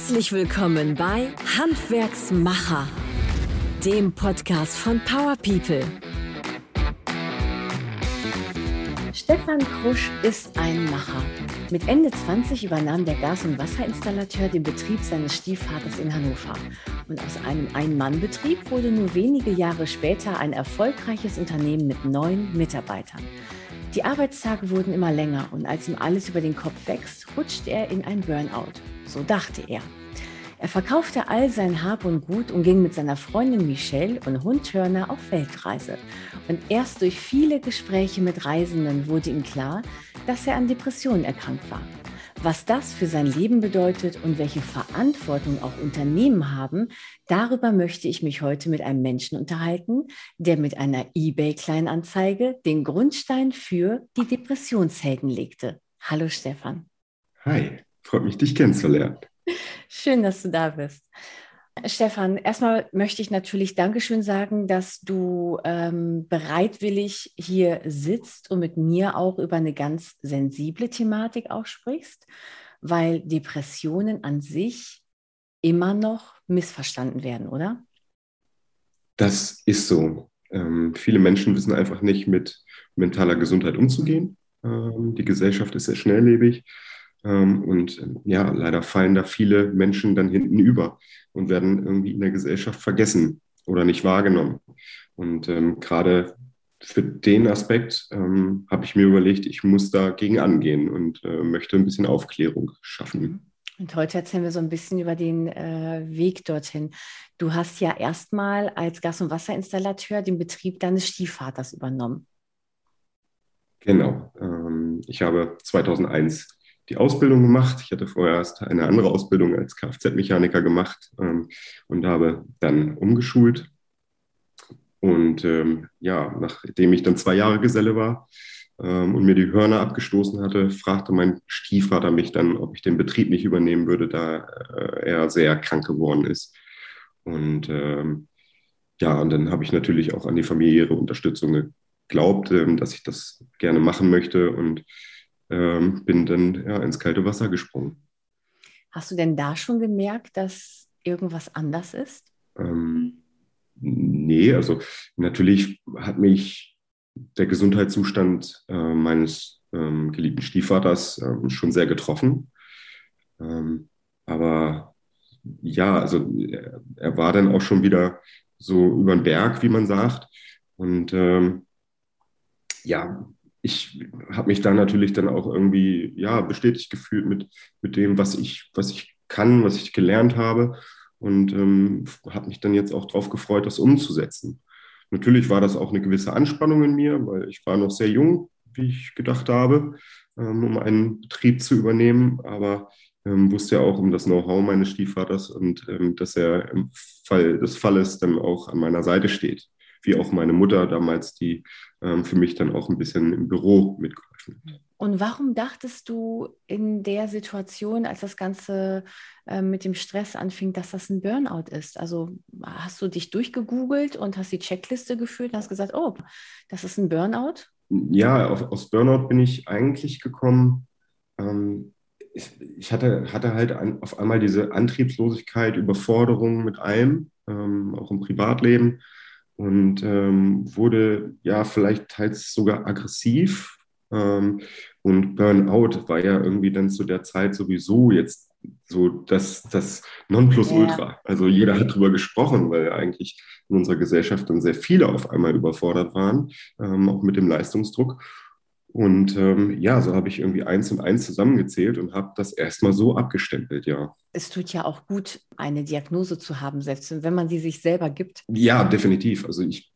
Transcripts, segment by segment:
Herzlich willkommen bei Handwerksmacher, dem Podcast von Power People. Stefan Krusch ist ein Macher. Mit Ende 20 übernahm der Gas- und Wasserinstallateur den Betrieb seines Stiefvaters in Hannover. Und aus einem Ein-Mann-Betrieb wurde nur wenige Jahre später ein erfolgreiches Unternehmen mit 9 Mitarbeitern. Die Arbeitstage wurden immer länger und als ihm alles über den Kopf wächst, rutscht er in ein Burnout. So dachte er. Er verkaufte all sein Hab und Gut und ging mit seiner Freundin Michelle und Hund Turner auf Weltreise. Und erst durch viele Gespräche mit Reisenden wurde ihm klar, dass er an Depressionen erkrankt war. Was das für sein Leben bedeutet und welche Verantwortung auch Unternehmen haben, darüber möchte ich mich heute mit einem Menschen unterhalten, der mit einer eBay-Kleinanzeige den Grundstein für die Depressionshelden legte. Hallo Stefan. Hi, freut mich, dich kennenzulernen. Schön, dass du da bist. Stefan, erstmal möchte ich natürlich Dankeschön sagen, dass du bereitwillig hier sitzt und mit mir auch über eine ganz sensible Thematik auch sprichst, weil Depressionen an sich immer noch missverstanden werden, oder? Das ist so. Viele Menschen wissen einfach nicht, mit mentaler Gesundheit umzugehen. Die Gesellschaft ist sehr schnelllebig. Ja, leider fallen da viele Menschen dann hinten über und werden irgendwie in der Gesellschaft vergessen oder nicht wahrgenommen. Und gerade für den Aspekt habe ich mir überlegt, ich muss dagegen angehen und möchte ein bisschen Aufklärung schaffen. Und heute erzählen wir so ein bisschen über den Weg dorthin. Du hast ja erstmal als Gas- und Wasserinstallateur den Betrieb deines Stiefvaters übernommen. Genau. Ich habe 2001 die Ausbildung gemacht. Ich hatte vorher erst eine andere Ausbildung als Kfz-Mechaniker gemacht und habe dann umgeschult. Und ja, nachdem ich dann 2 Jahre Geselle war und mir die Hörner abgestoßen hatte, fragte mein Stiefvater mich dann, ob ich den Betrieb nicht übernehmen würde, da er sehr krank geworden ist. Und ja, und dann habe ich natürlich auch an die familiäre Unterstützung geglaubt, dass ich das gerne machen möchte und bin dann ja, ins kalte Wasser gesprungen. Hast du denn da schon gemerkt, dass irgendwas anders ist? Ähm, Nee, also natürlich hat mich der Gesundheitszustand meines geliebten Stiefvaters schon sehr getroffen. Ähm, aber ja, also er war dann auch schon wieder so über den Berg, wie man sagt. Und ja, ich habe mich da natürlich dann auch irgendwie ja, bestätigt gefühlt mit dem, was ich kann, was ich gelernt habe und habe mich dann jetzt auch darauf gefreut, das umzusetzen. Natürlich war das auch eine gewisse Anspannung in mir, weil ich war noch sehr jung, wie ich gedacht habe, um einen Betrieb zu übernehmen, aber wusste ja auch um das Know-how meines Stiefvaters und dass er im Fall des Falles dann auch an meiner Seite steht, wie auch meine Mutter damals, die für mich dann auch ein bisschen im Büro mitgeholfen hat. Und warum dachtest du in der Situation, als das Ganze mit dem Stress anfing, dass das ein Burnout ist? Also hast du dich durchgegoogelt und hast die Checkliste geführt und hast gesagt, oh, das ist ein Burnout? Ja, aus Burnout bin ich eigentlich gekommen. Ähm, ich hatte halt auf einmal diese Antriebslosigkeit, Überforderung mit allem, auch im Privatleben und wurde ja vielleicht teils sogar aggressiv. Und Burnout war ja irgendwie dann zu der Zeit sowieso jetzt so das Ja. Nonplusultra. Also jeder hat drüber gesprochen, weil eigentlich in unserer Gesellschaft dann sehr viele auf einmal überfordert waren, auch mit dem Leistungsdruck. Und ja, so habe ich irgendwie eins und eins zusammengezählt und habe das erstmal so abgestempelt, ja. Es tut ja auch gut, eine Diagnose zu haben, selbst wenn man sie sich selber gibt. Ja, definitiv. Also ich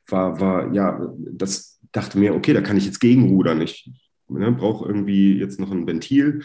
ja, das dachte mir, okay, da kann ich jetzt gegenrudern. Ich brauche irgendwie jetzt noch ein Ventil.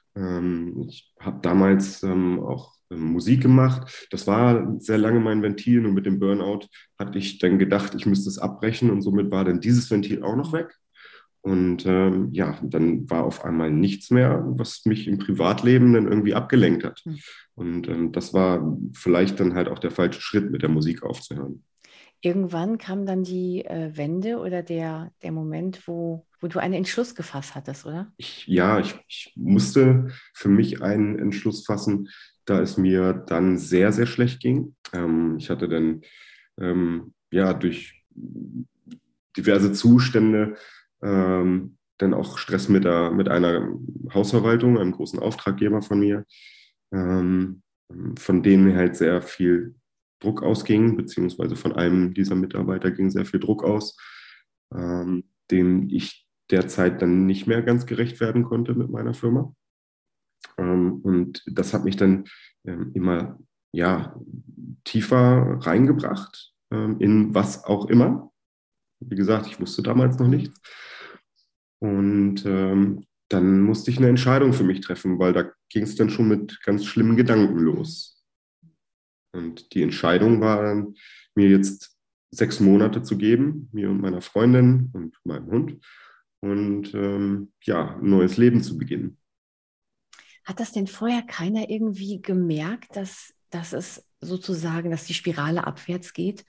Ich habe damals auch Musik gemacht. Das war sehr lange mein Ventil. Nur mit dem Burnout hatte ich dann gedacht, ich müsste es abbrechen und somit war dann dieses Ventil auch noch weg. Und ja, dann war auf einmal nichts mehr, was mich im Privatleben dann irgendwie abgelenkt hat. Hm. Und das war vielleicht dann halt auch der falsche Schritt, mit der Musik aufzuhören. Irgendwann kam dann die Wende oder der Moment, wo du einen Entschluss gefasst hattest, oder? Ich musste für mich einen Entschluss fassen, da es mir dann sehr, sehr schlecht ging. Ich hatte dann ja durch diverse Zustände dann auch Stress mit einer Hausverwaltung, einem großen Auftraggeber von mir, ähm, von denen halt sehr viel Druck ausging, beziehungsweise von einem dieser Mitarbeiter ging sehr viel Druck aus, dem ich derzeit dann nicht mehr ganz gerecht werden konnte mit meiner Firma. Und das hat mich dann immer ja, tiefer reingebracht, in was auch immer. Wie gesagt, ich wusste damals noch Mhm. nichts. Und dann musste ich eine Entscheidung für mich treffen, weil da ging es dann schon mit ganz schlimmen Gedanken Mhm. los. Und die Entscheidung war dann, mir jetzt 6 Monate zu geben, mir und meiner Freundin und meinem Hund, und ja, ein neues Leben zu beginnen. Hat das denn vorher keiner irgendwie gemerkt, dass es sozusagen, dass die Spirale abwärts geht?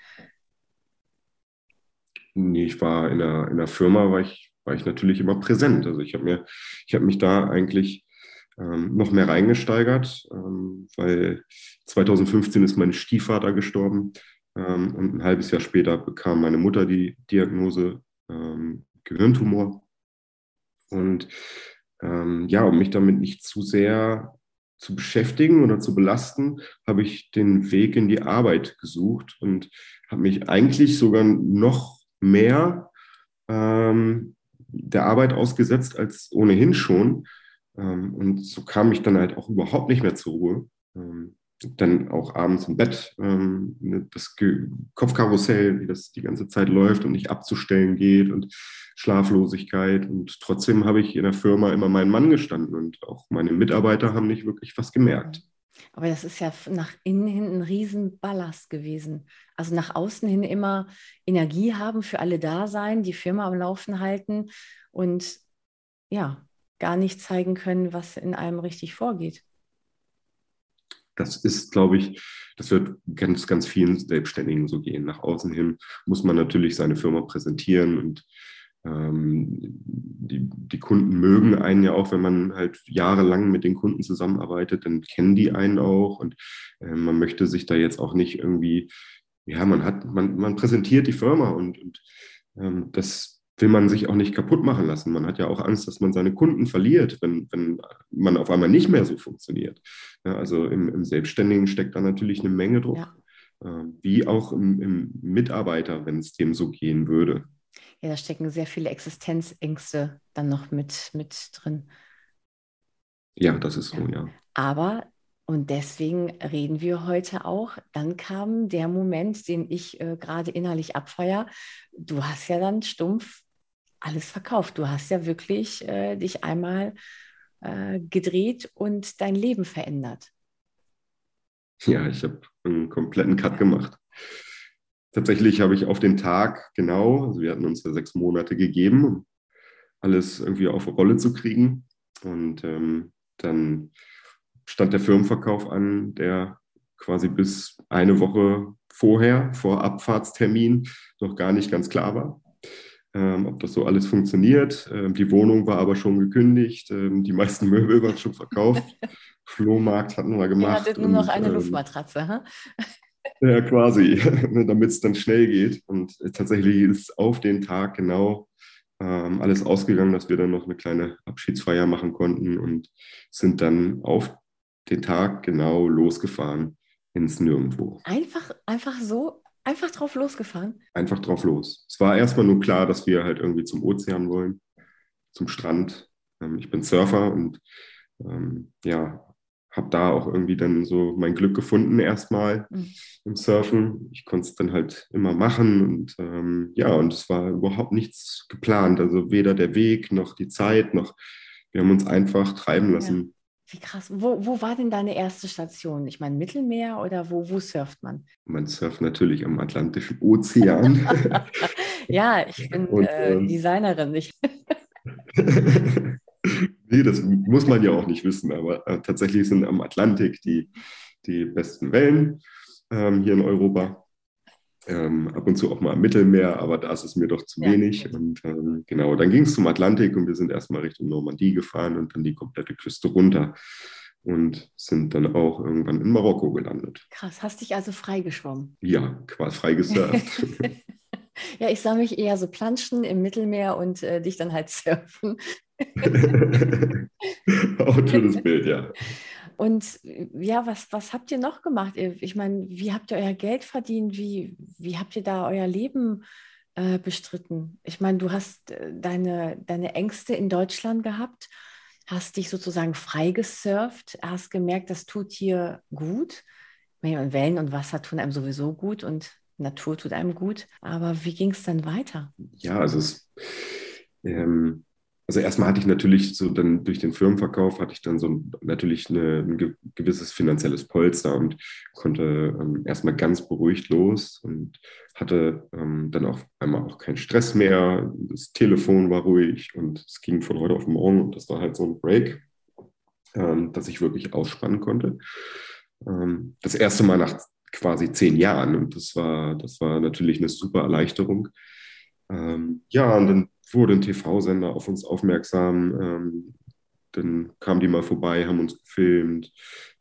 Nee, ich war in der Firma, war ich natürlich immer präsent. Also ich habe mich da eigentlich noch mehr reingesteigert, weil 2015 ist mein Stiefvater gestorben, und ein halbes Jahr später bekam meine Mutter die Diagnose Gehirntumor. Und ja, um mich damit nicht zu sehr zu beschäftigen oder zu belasten, habe ich den Weg in die Arbeit gesucht und habe mich eigentlich sogar noch mehr der Arbeit ausgesetzt als ohnehin schon. Und so kam ich dann halt auch überhaupt nicht mehr zur Ruhe. Dann auch abends im Bett das Kopfkarussell, wie das die ganze Zeit läuft und nicht abzustellen geht, und Schlaflosigkeit. Und trotzdem habe ich in der Firma immer meinen Mann gestanden, und auch meine Mitarbeiter haben nicht wirklich was gemerkt. Mhm. Aber das ist ja nach innen hin ein Riesenballast gewesen. Also nach außen hin immer Energie haben, für alle da sein, die Firma am Laufen halten und ja, gar nicht zeigen können, was in einem richtig vorgeht. Das ist, glaube ich, das wird ganz, ganz vielen Selbstständigen so gehen. Nach außen hin muss man natürlich seine Firma präsentieren, und die Kunden mögen einen ja auch, wenn man halt jahrelang mit den Kunden zusammenarbeitet, dann kennen die einen auch, und man möchte sich da jetzt auch nicht irgendwie, ja, man präsentiert die Firma, und das will man sich auch nicht kaputt machen lassen. Man hat ja auch Angst, dass man seine Kunden verliert, wenn man auf einmal nicht mehr so funktioniert. Ja, also im Selbstständigen steckt da natürlich eine Menge Druck, Ja. wie auch im Mitarbeiter, wenn es dem so gehen würde. Ja, da stecken sehr viele Existenzängste dann noch mit drin. Ja, das ist so, Ja. ja. Aber, und deswegen reden wir heute auch, dann kam der Moment, den ich gerade innerlich abfeier. Du hast ja dann stumpf alles verkauft. Du hast ja wirklich dich einmal gedreht und dein Leben verändert. Ja, ich habe einen kompletten Cut Ja. gemacht. Tatsächlich habe ich auf den Tag genau, also wir hatten uns ja 6 Monate gegeben, um alles irgendwie auf Rolle zu kriegen. Und dann stand der Firmenverkauf an, der quasi bis eine Woche vorher, vor Abfahrtstermin, noch gar nicht ganz klar war, ob das so alles funktioniert. Die Wohnung war aber schon gekündigt, die meisten Möbel waren schon verkauft, Flohmarkt hatten wir Ihr hattet gemacht, nur noch und eine Luftmatratze. Ha? ja, quasi, damit es dann schnell geht. Und tatsächlich ist auf den Tag genau alles ausgegangen, dass wir dann noch eine kleine Abschiedsfeier machen konnten, und sind dann auf den Tag genau losgefahren ins Nirgendwo. Einfach so, einfach drauf losgefahren. Einfach drauf los. Es war erstmal nur klar, dass wir halt irgendwie zum Ozean wollen, zum Strand. Ich bin Surfer, und ja, habe da auch irgendwie dann so mein Glück gefunden erstmal Mhm. im Surfen. Ich konnte es dann halt immer machen, und ja, und es war überhaupt nichts geplant. Also weder der Weg noch die Zeit noch, wir haben uns einfach treiben Ja. lassen. Wie krass. Wo war denn deine erste Station? Ich meine, Mittelmeer oder wo surft man? Man surft natürlich am Atlantischen Ozean. Ja, ich bin Und Designerin. nee, das muss man ja auch nicht wissen, aber tatsächlich sind am Atlantik die besten Wellen hier in Ja, Europa. Ab und zu auch mal am Mittelmeer, aber da ist es mir doch zu ja, wenig. gut. Und genau, dann ging es zum Atlantik, und wir sind erstmal Richtung Normandie gefahren und dann die komplette Küste runter. und sind dann auch irgendwann in Marokko gelandet. Krass, hast dich also freigeschwommen. Ja, quasi frei gesurft. Ja, ich sah mich eher so planschen im Mittelmeer und dich dann halt surfen. Auch ein schönes Bild, ja. Und ja, was habt ihr noch gemacht? Ich meine, wie habt ihr euer Geld verdient? Wie habt ihr da euer Leben bestritten? Ich meine, du hast deine Ängste in Deutschland gehabt, hast dich sozusagen freigesurft, hast gemerkt, das tut dir gut. Ich meine, Wellen und Wasser tun einem sowieso gut und Natur tut einem gut. Aber wie ging es dann weiter? Ja, ähm, also erstmal hatte ich natürlich so dann durch den Firmenverkauf hatte ich dann so natürlich ein gewisses finanzielles Polster und konnte erstmal ganz beruhigt los und hatte dann auf einmal auch keinen Stress mehr. Das Telefon war ruhig und es ging von heute auf morgen und das war halt so ein Break, dass ich wirklich ausspannen konnte. Das erste Mal nach quasi 10 Jahren und das war natürlich eine super Erleichterung. Ja, und dann wurde ein TV-Sender auf uns aufmerksam. Dann kamen die mal vorbei, haben uns gefilmt.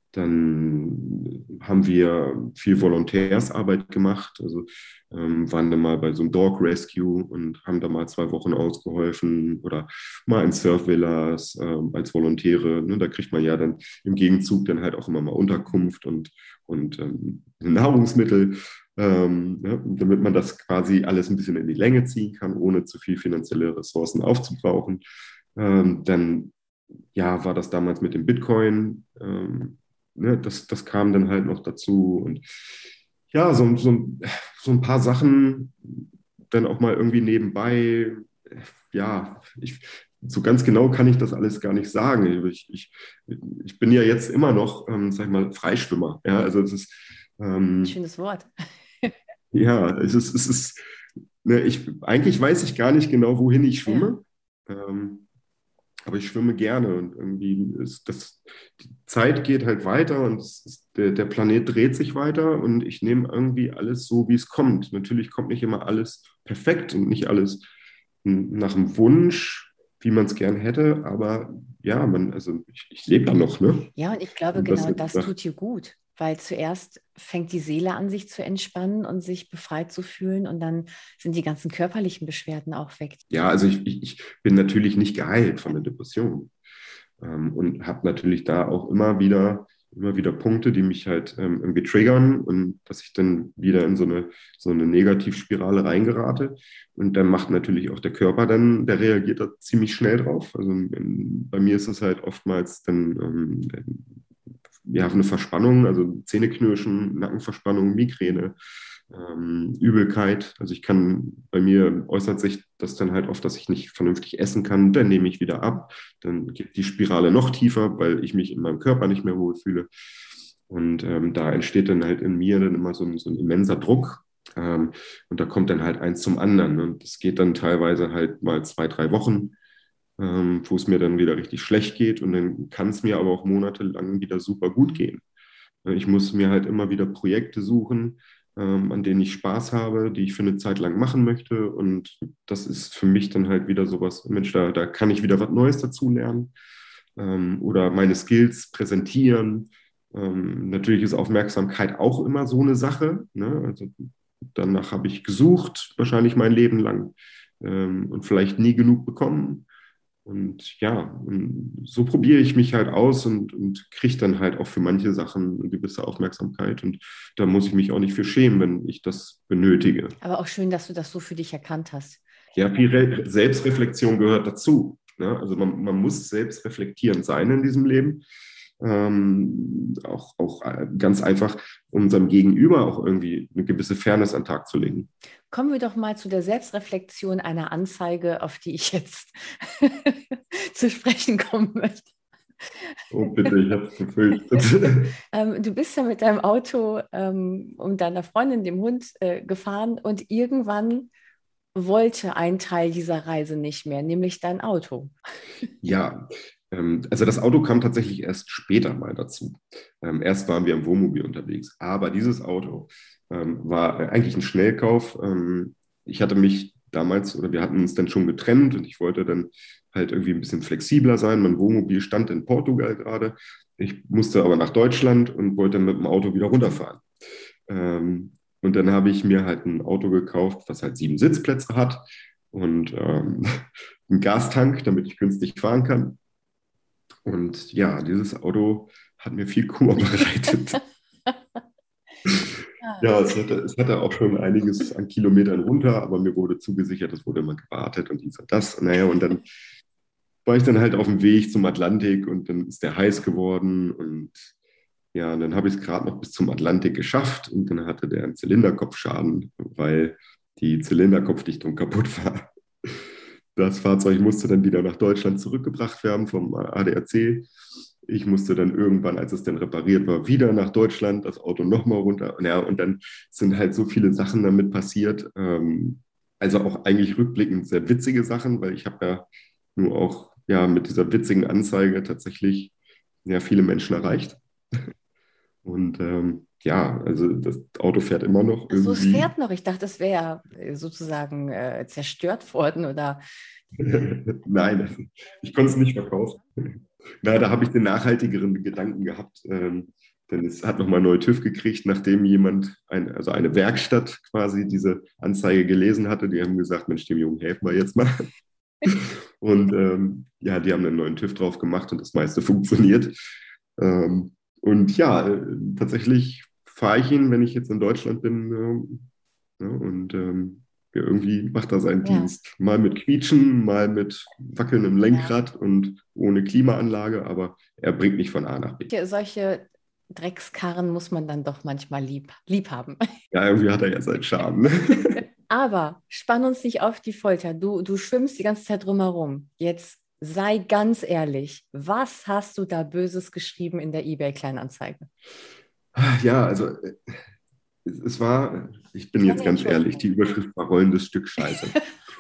Dann haben wir viel Volontärsarbeit gemacht. Also waren dann mal bei so einem Dog Rescue und haben da mal 2 Wochen ausgeholfen oder mal in Surfvillas als Volontäre. Ne? Da kriegt man ja dann im Gegenzug dann halt auch immer mal Unterkunft und Nahrungsmittel, ne? Damit man das quasi alles ein bisschen in die Länge ziehen kann, ohne zu viel finanzielle Ressourcen aufzubrauchen. Dann ja, war das damals mit dem Bitcoin. Ne, das kam dann halt noch dazu. Und ja, so ein paar Sachen dann auch mal irgendwie nebenbei. Ja, so ganz genau kann ich das alles gar nicht sagen. Ich bin ja jetzt immer noch, sag ich mal, Freischwimmer. Ja, also Schönes Wort. ja, ne, eigentlich weiß ich gar nicht genau, wohin ich Ja. schwimme. Ähm, aber ich schwimme gerne und irgendwie die Zeit geht halt weiter und der Planet dreht sich weiter und ich nehme irgendwie alles so, wie es kommt. Natürlich kommt nicht immer alles perfekt und nicht alles nach dem Wunsch, wie man es gern hätte, aber ja, also ich lebe da noch, ne? Ja, und ich glaube, Und das genau jetzt das nach tut dir gut, weil zuerst fängt die Seele an, sich zu entspannen und sich befreit zu fühlen und dann sind die ganzen körperlichen Beschwerden auch weg. Ja, also ich bin natürlich nicht geheilt von Ja. der Depression und habe natürlich da auch immer wieder Punkte, die mich halt irgendwie triggern und dass ich dann wieder in so eine Negativspirale reingerate. Und dann macht natürlich auch der Körper dann, der reagiert da ziemlich schnell drauf. Also bei mir ist es halt oftmals dann ja, eine Verspannung, also Zähneknirschen, Nackenverspannung, Migräne, Übelkeit. Also bei mir äußert sich das dann halt oft, dass ich nicht vernünftig essen kann, dann nehme ich wieder ab, dann geht die Spirale noch tiefer, weil ich mich in meinem Körper nicht mehr wohlfühle. Und da entsteht dann halt in mir dann immer so ein immenser Druck. Und da kommt dann halt eins zum anderen. Und das geht dann teilweise halt mal 2, 3 Wochen, wo es mir dann wieder richtig schlecht geht. Und dann kann es mir aber auch monatelang wieder super gut gehen. Ich muss mir halt immer wieder Projekte suchen, an denen ich Spaß habe, die ich für eine Zeit lang machen möchte. Und das ist für mich dann halt wieder sowas, Mensch, da kann ich wieder was Neues dazu lernen oder meine Skills präsentieren. Natürlich ist Aufmerksamkeit auch immer so eine Sache. Ne? Also danach habe ich gesucht, wahrscheinlich mein Leben lang und vielleicht nie genug bekommen. Und ja, und so probiere ich mich halt aus und kriege dann halt auch für manche Sachen eine gewisse Aufmerksamkeit. Und da muss ich mich auch nicht für schämen, wenn ich das benötige. Aber auch schön, dass du das so für dich erkannt hast. Ja, viel Selbstreflexion gehört dazu. Ne? Also man muss selbstreflektierend sein in diesem Leben. Auch ganz einfach, um seinem Gegenüber auch irgendwie eine gewisse Fairness an den Tag zu legen. Kommen wir doch mal zu der Selbstreflexion einer Anzeige, auf die ich jetzt zu sprechen kommen möchte. Oh, bitte, ich habe es befürchtet. Du bist ja mit deinem Auto und deiner Freundin, dem Hund, gefahren und irgendwann wollte ein Teil dieser Reise nicht mehr, nämlich dein Auto. Ja, also das Auto kam tatsächlich erst später mal dazu. Erst waren wir im Wohnmobil unterwegs, aber dieses Auto war eigentlich ein Schnellkauf. Ich hatte mich damals, oder wir hatten uns dann schon getrennt und ich wollte dann halt irgendwie ein bisschen flexibler sein. Mein Wohnmobil stand in Portugal gerade Ich musste aber nach Deutschland und wollte dann mit dem Auto wieder runterfahren. Und dann habe ich mir halt ein Auto gekauft, was halt 7 Sitzplätze hat und einen Gastank, damit ich günstig fahren kann. Und ja, dieses Auto hat mir viel Kummer bereitet. Ja, es hatte auch schon einiges an Kilometern runter, aber mir wurde zugesichert, es wurde immer gewartet und dies und das. Naja, und dann war ich dann halt auf dem Weg zum Atlantik und dann ist der heiß geworden und ja, und dann habe ich es gerade noch bis zum Atlantik geschafft und dann hatte der einen Zylinderkopfschaden, weil die Zylinderkopfdichtung kaputt war. Das Fahrzeug musste dann wieder nach Deutschland zurückgebracht werden vom ADAC. Ich musste dann irgendwann, als es dann repariert war, wieder nach Deutschland, das Auto nochmal runter. Ja, und dann sind halt so viele Sachen damit passiert. Also auch eigentlich rückblickend sehr witzige Sachen, weil ich habe ja nur auch ja, mit dieser witzigen Anzeige tatsächlich ja, viele Menschen erreicht. Und ja, also das Auto fährt immer noch So, es irgendwie. fährt noch. Ich dachte, es wäre sozusagen zerstört worden oder. Nein, ich konnte es nicht verkaufen. Na, da habe ich den nachhaltigeren Gedanken gehabt. Denn es hat nochmal neu TÜV gekriegt, nachdem jemand, also eine Werkstatt quasi diese Anzeige gelesen hatte. Die haben gesagt, Mensch, dem Jungen helfen wir jetzt mal. Und ja, die haben einen neuen TÜV drauf gemacht und das meiste funktioniert. Und ja, tatsächlich fahre ich ihn, wenn ich jetzt in Deutschland bin. Ja, und ja, irgendwie macht er seinen Ja, Dienst. Mal mit Quietschen, mal mit wackelndem ja. Lenkrad und ohne Klimaanlage, aber er bringt mich von A nach B. Solche Dreckskarren muss man dann doch manchmal lieb haben. Ja, irgendwie hat er ja seinen Charme. Ne? Aber spann uns nicht auf die Folter. Du schwimmst die ganze Zeit drumherum. Jetzt sei ganz ehrlich. Was hast du da Böses geschrieben in der eBay-Kleinanzeige? Ja, also es war, ich bin jetzt Keine ganz ehrlich, Entschuldigung. die Überschrift war rollendes Stück Scheiße.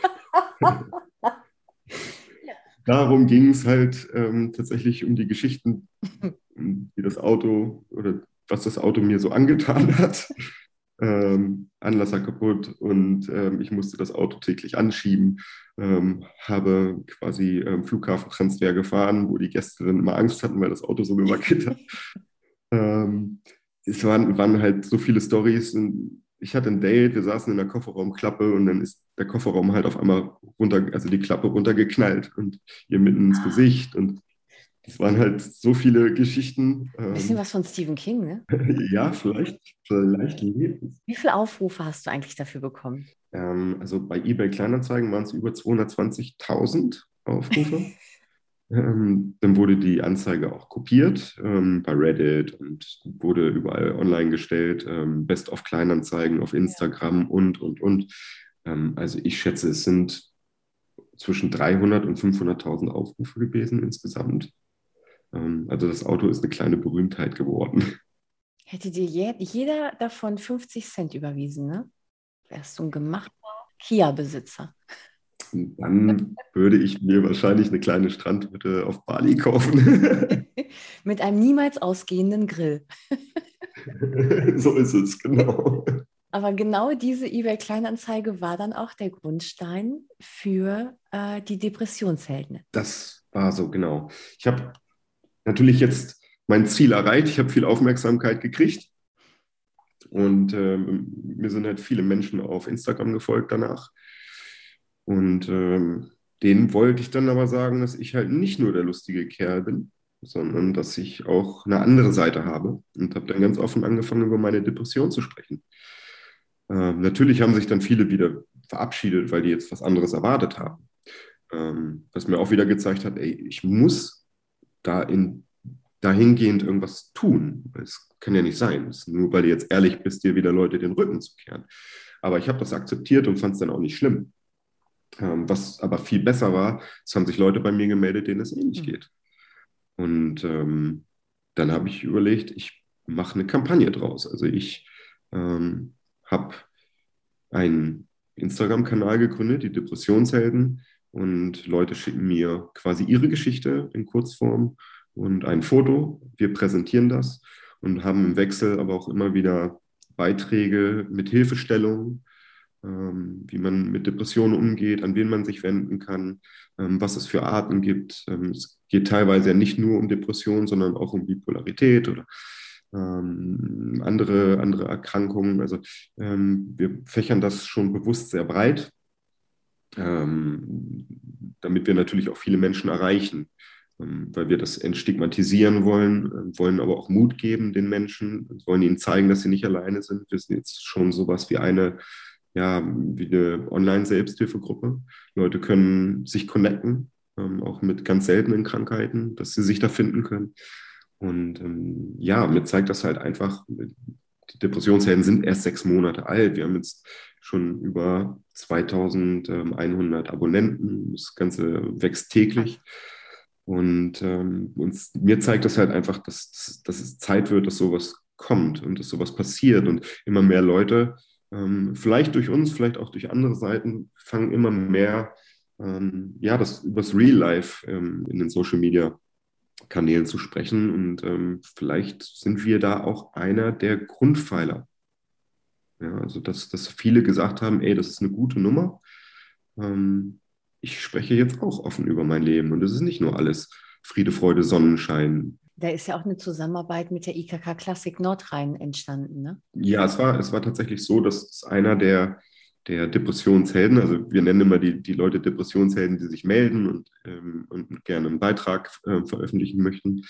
Darum ging es halt tatsächlich um die Geschichten, die das Auto oder was das Auto mir so angetan hat. Anlasser kaputt und ich musste das Auto täglich anschieben, habe quasi Flughafentransfer gefahren, wo die Gäste dann immer Angst hatten, weil das Auto so gewackelt hat. Ähm, es waren halt so viele Storys. Ich hatte ein Date, wir saßen in der Kofferraumklappe und dann ist der Kofferraum halt auf einmal runter, also die Klappe runtergeknallt und ihr mitten ins Gesicht. Und es waren halt so viele Geschichten. Ein bisschen was von Stephen King, ne? Ja, vielleicht lebt es. Wie viele Aufrufe hast du eigentlich dafür bekommen? Also bei eBay Kleinanzeigen waren es über 220.000 Aufrufe. Dann wurde die Anzeige auch kopiert bei Reddit und wurde überall online gestellt, Best of Kleinanzeigen auf Instagram und. Also ich schätze, es sind zwischen 300 und 500.000 Aufrufe gewesen insgesamt. Also das Auto ist eine kleine Berühmtheit geworden. Hätte dir jeder davon 50 Cent überwiesen, ne? Wärst du ein gemachter Kia-Besitzer. Und dann würde ich mir wahrscheinlich eine kleine Strandhütte auf Bali kaufen. Mit einem niemals ausgehenden Grill. So ist es, genau. Aber genau diese eBay-Kleinanzeige war dann auch der Grundstein für die Depressionshelden. Das war so, genau. Ich habe natürlich jetzt mein Ziel erreicht. Ich habe viel Aufmerksamkeit gekriegt. Und mir sind halt viele Menschen auf Instagram gefolgt danach. Und denen wollte ich dann aber sagen, dass ich halt nicht nur der lustige Kerl bin, sondern dass ich auch eine andere Seite habe. Und habe dann ganz offen angefangen, über meine Depression zu sprechen. Natürlich haben sich dann viele wieder verabschiedet, weil die jetzt was anderes erwartet haben. Was mir auch wieder gezeigt hat, ey, ich muss dahingehend irgendwas tun. Es kann ja nicht sein, nur weil du jetzt ehrlich bist, dir wieder Leute den Rücken zu kehren. Aber ich habe das akzeptiert und fand es dann auch nicht schlimm. Was aber viel besser war, es haben sich Leute bei mir gemeldet, denen es ähnlich geht. Und dann habe ich überlegt, ich mache eine Kampagne draus. Also ich habe einen Instagram-Kanal gegründet, die Depressionshelden. Und Leute schicken mir quasi ihre Geschichte in Kurzform und ein Foto. Wir präsentieren das und haben im Wechsel aber auch immer wieder Beiträge mit Hilfestellungen, wie man mit Depressionen umgeht, an wen man sich wenden kann, was es für Arten gibt. Es geht teilweise ja nicht nur um Depressionen, sondern auch um Bipolarität oder andere Erkrankungen. Also wir fächern das schon bewusst sehr breit, damit wir natürlich auch viele Menschen erreichen, weil wir das entstigmatisieren wollen, wollen aber auch Mut geben den Menschen, wollen ihnen zeigen, dass sie nicht alleine sind. Wir sind jetzt schon sowas wie wie eine Online-Selbsthilfegruppe. Leute können sich connecten, auch mit ganz seltenen Krankheiten, dass sie sich da finden können. Und mir zeigt das halt einfach, die Depressionshelden sind erst 6 Monate alt. Wir haben jetzt schon über 2100 Abonnenten. Das Ganze wächst täglich. Und mir zeigt das halt einfach, dass es Zeit wird, dass sowas kommt und dass sowas passiert. Und immer mehr Leute, vielleicht durch uns, vielleicht auch durch andere Seiten, fangen immer mehr das übers Real Life in den Social Media Kanälen zu sprechen. Und vielleicht sind wir da auch einer der Grundpfeiler. Ja, also dass viele gesagt haben, ey, das ist eine gute Nummer. Ich spreche jetzt auch offen über mein Leben. Und es ist nicht nur alles Friede, Freude, Sonnenschein. Da ist ja auch eine Zusammenarbeit mit der IKK Klassik Nordrhein entstanden, ne? Ja, es war tatsächlich so, dass einer der Depressionshelden, also wir nennen immer die Leute Depressionshelden, die sich melden und gerne einen Beitrag veröffentlichen möchten,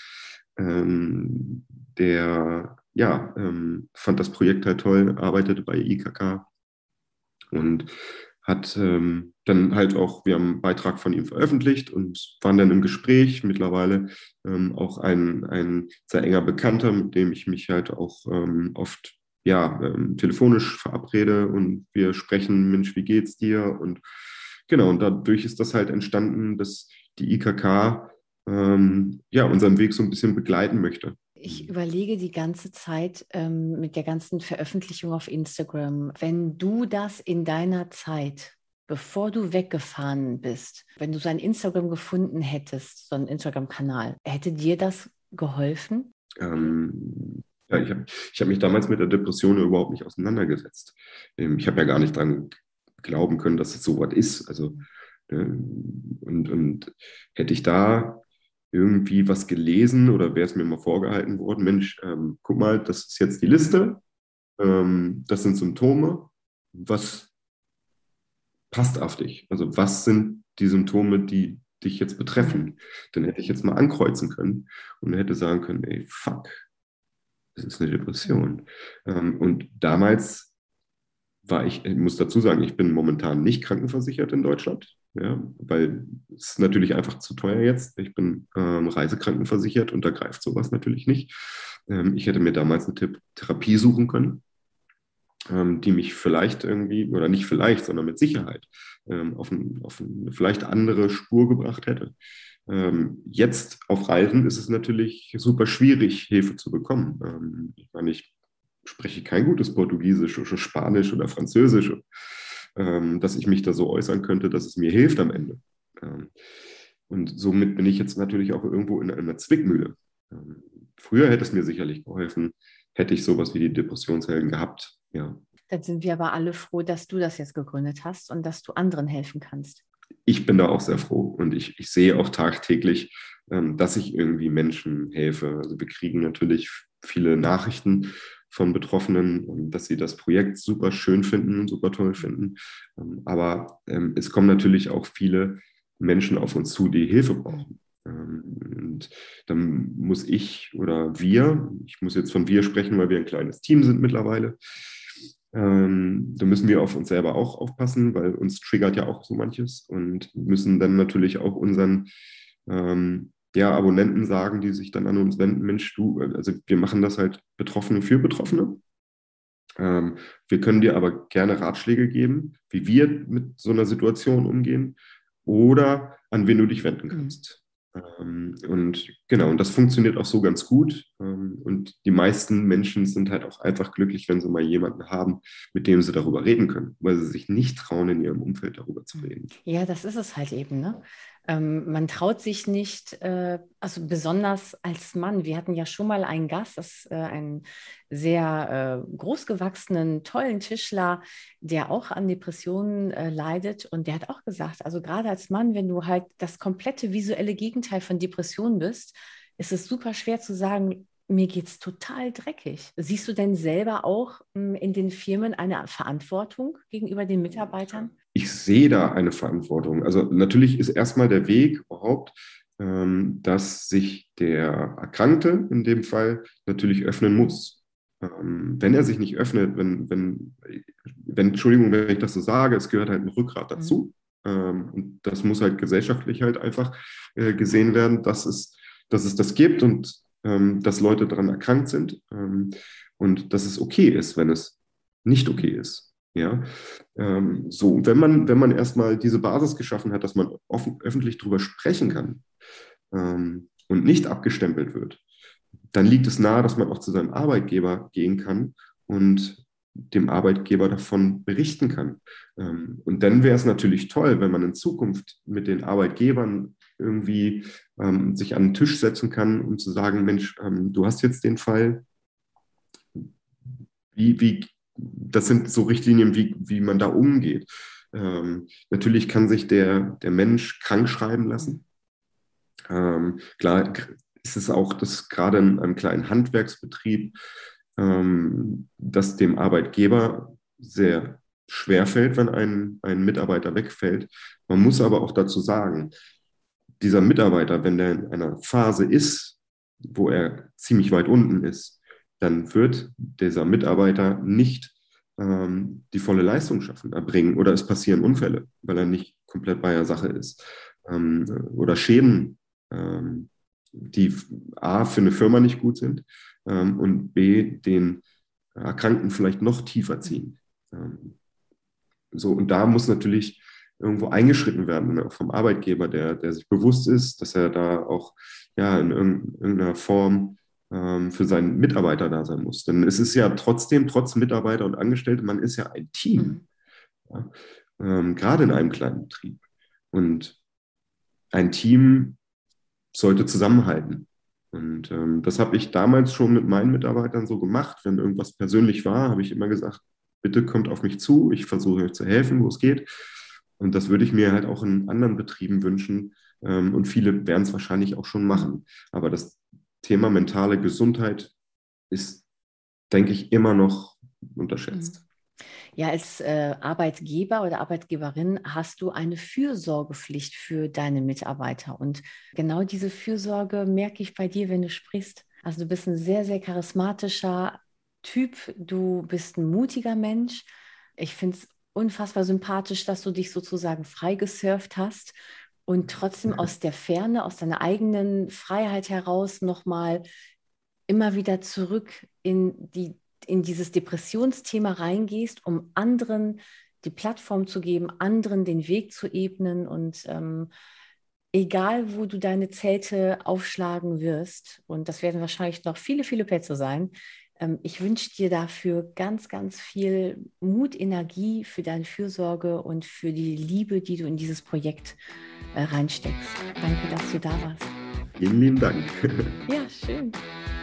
fand das Projekt halt toll, arbeitete bei IKK und hat dann halt auch, wir haben einen Beitrag von ihm veröffentlicht und waren dann im Gespräch. Mittlerweile auch ein sehr enger Bekannter, mit dem ich mich halt auch oft telefonisch verabrede und wir sprechen, Mensch, wie geht's dir? Und genau, und dadurch ist das halt entstanden, dass die IKK unseren Weg so ein bisschen begleiten möchte. Ich überlege die ganze Zeit mit der ganzen Veröffentlichung auf Instagram, wenn du das in deiner Zeit, bevor du weggefahren bist, wenn du so ein Instagram gefunden hättest, so einen Instagram-Kanal, hätte dir das geholfen? Ich hab mich damals mit der Depression überhaupt nicht auseinandergesetzt. Ich habe ja gar nicht dran glauben können, dass es so was ist. Also, und hätte ich da irgendwie was gelesen oder wäre es mir mal vorgehalten worden, Mensch, guck mal, das ist jetzt die Liste, das sind Symptome, was passt auf dich? Also was sind die Symptome, die dich jetzt betreffen? Dann hätte ich jetzt mal ankreuzen können und hätte sagen können, ey, fuck, das ist eine Depression. Und damals ich muss dazu sagen, ich bin momentan nicht krankenversichert in Deutschland, ja, weil es ist natürlich einfach zu teuer jetzt. Ich bin reisekrankenversichert und da greift sowas natürlich nicht. Ich hätte mir damals eine Therapie suchen können, die mich vielleicht irgendwie, oder nicht vielleicht, sondern mit Sicherheit auf eine vielleicht andere Spur gebracht hätte. Jetzt auf Reisen ist es natürlich super schwierig, Hilfe zu bekommen. Ich meine, ich spreche kein gutes Portugiesisch oder Spanisch oder Französisch, dass ich mich da so äußern könnte, dass es mir hilft am Ende. Und somit bin ich jetzt natürlich auch irgendwo in einer Zwickmühle. Früher hätte es mir sicherlich geholfen, hätte ich sowas wie die Depressionshelden gehabt. Ja. Dann sind wir aber alle froh, dass du das jetzt gegründet hast und dass du anderen helfen kannst. Ich bin da auch sehr froh und ich sehe auch tagtäglich, dass ich irgendwie Menschen helfe. Also wir kriegen natürlich viele Nachrichten von Betroffenen und dass sie das Projekt super schön finden, super toll finden. Aber es kommen natürlich auch viele Menschen auf uns zu, die Hilfe brauchen. Und dann muss ich muss jetzt von wir sprechen, weil wir ein kleines Team sind mittlerweile. Da müssen wir auf uns selber auch aufpassen, weil uns triggert ja auch so manches und müssen dann natürlich auch unseren Abonnenten sagen, die sich dann an uns wenden, Mensch, also wir machen das halt Betroffene für Betroffene. Wir können dir aber gerne Ratschläge geben, wie wir mit so einer Situation umgehen oder an wen du dich wenden kannst. Und genau, und das funktioniert auch so ganz gut. Und die meisten Menschen sind halt auch einfach glücklich, wenn sie mal jemanden haben, mit dem sie darüber reden können, weil sie sich nicht trauen, in ihrem Umfeld darüber zu reden. Ja, das ist es halt eben, ne? Man traut sich nicht, also besonders als Mann. Wir hatten ja schon mal einen Gast, einen sehr großgewachsenen, tollen Tischler, der auch an Depressionen leidet. Und der hat auch gesagt, also gerade als Mann, wenn du halt das komplette visuelle Gegenteil von Depressionen bist, ist es super schwer zu sagen, mir geht's total dreckig. Siehst du denn selber auch in den Firmen eine Verantwortung gegenüber den Mitarbeitern? Ich sehe da eine Verantwortung. Also natürlich ist erstmal der Weg überhaupt, dass sich der Erkrankte in dem Fall natürlich öffnen muss. Wenn er sich nicht öffnet, Entschuldigung, wenn ich das so sage, es gehört halt ein Rückgrat dazu. Und das muss halt gesellschaftlich halt einfach gesehen werden, dass es das gibt und dass Leute daran erkrankt sind und dass es okay ist, wenn es nicht okay ist. Ja, so, wenn man erstmal diese Basis geschaffen hat, dass man öffentlich darüber sprechen kann und nicht abgestempelt wird, dann liegt es nahe, dass man auch zu seinem Arbeitgeber gehen kann und dem Arbeitgeber davon berichten kann. Und dann wäre es natürlich toll, wenn man in Zukunft mit den Arbeitgebern irgendwie sich an den Tisch setzen kann, um zu sagen, Mensch, du hast jetzt den Fall, das sind so Richtlinien, wie man da umgeht. Natürlich kann sich der Mensch krank schreiben lassen. Klar ist es auch, dass gerade in einem kleinen Handwerksbetrieb, dass dem Arbeitgeber sehr schwer fällt, wenn ein Mitarbeiter wegfällt. Man muss aber auch dazu sagen, dieser Mitarbeiter, wenn der in einer Phase ist, wo er ziemlich weit unten ist, dann wird dieser Mitarbeiter nicht die volle Leistung erbringen oder es passieren Unfälle, weil er nicht komplett bei der Sache ist. Oder Schäden, die A, für eine Firma nicht gut sind und B, den Erkrankten vielleicht noch tiefer ziehen. So, und da muss natürlich irgendwo eingeschritten werden, ne, vom Arbeitgeber, der sich bewusst ist, dass er da auch in irgendeiner Form für seinen Mitarbeiter da sein muss. Denn es ist ja trotz Mitarbeiter und Angestellte, man ist ja ein Team, gerade in einem kleinen Betrieb. Und ein Team sollte zusammenhalten. Und das habe ich damals schon mit meinen Mitarbeitern so gemacht. Wenn irgendwas persönlich war, habe ich immer gesagt, bitte kommt auf mich zu, ich versuche euch zu helfen, wo es geht. Und das würde ich mir halt auch in anderen Betrieben wünschen. Und viele werden es wahrscheinlich auch schon machen. Aber das Thema mentale Gesundheit ist, denke ich, immer noch unterschätzt. Ja, als Arbeitgeber oder Arbeitgeberin hast du eine Fürsorgepflicht für deine Mitarbeiter. Und genau diese Fürsorge merke ich bei dir, wenn du sprichst. Also du bist ein sehr, sehr charismatischer Typ. Du bist ein mutiger Mensch. Ich finde es unfassbar sympathisch, dass du dich sozusagen freigesurft hast und trotzdem aus der Ferne, aus deiner eigenen Freiheit heraus nochmal immer wieder zurück in dieses Depressionsthema reingehst, um anderen die Plattform zu geben, anderen den Weg zu ebnen und egal, wo du deine Zelte aufschlagen wirst, und das werden wahrscheinlich noch viele, viele Plätze sein, ich wünsche dir dafür ganz, ganz viel Mut, Energie für deine Fürsorge und für die Liebe, die du in dieses Projekt reinsteckst. Danke, dass du da warst. Vielen lieben Dank. Ja, schön.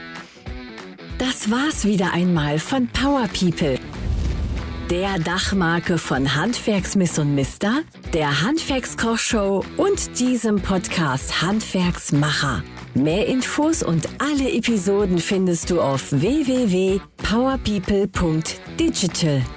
Das war's wieder einmal von Power People, der Dachmarke von Handwerksmiss und Mister, der Handwerkskochshow und diesem Podcast Handwerksmacher. Mehr Infos und alle Episoden findest du auf www.powerpeople.digital.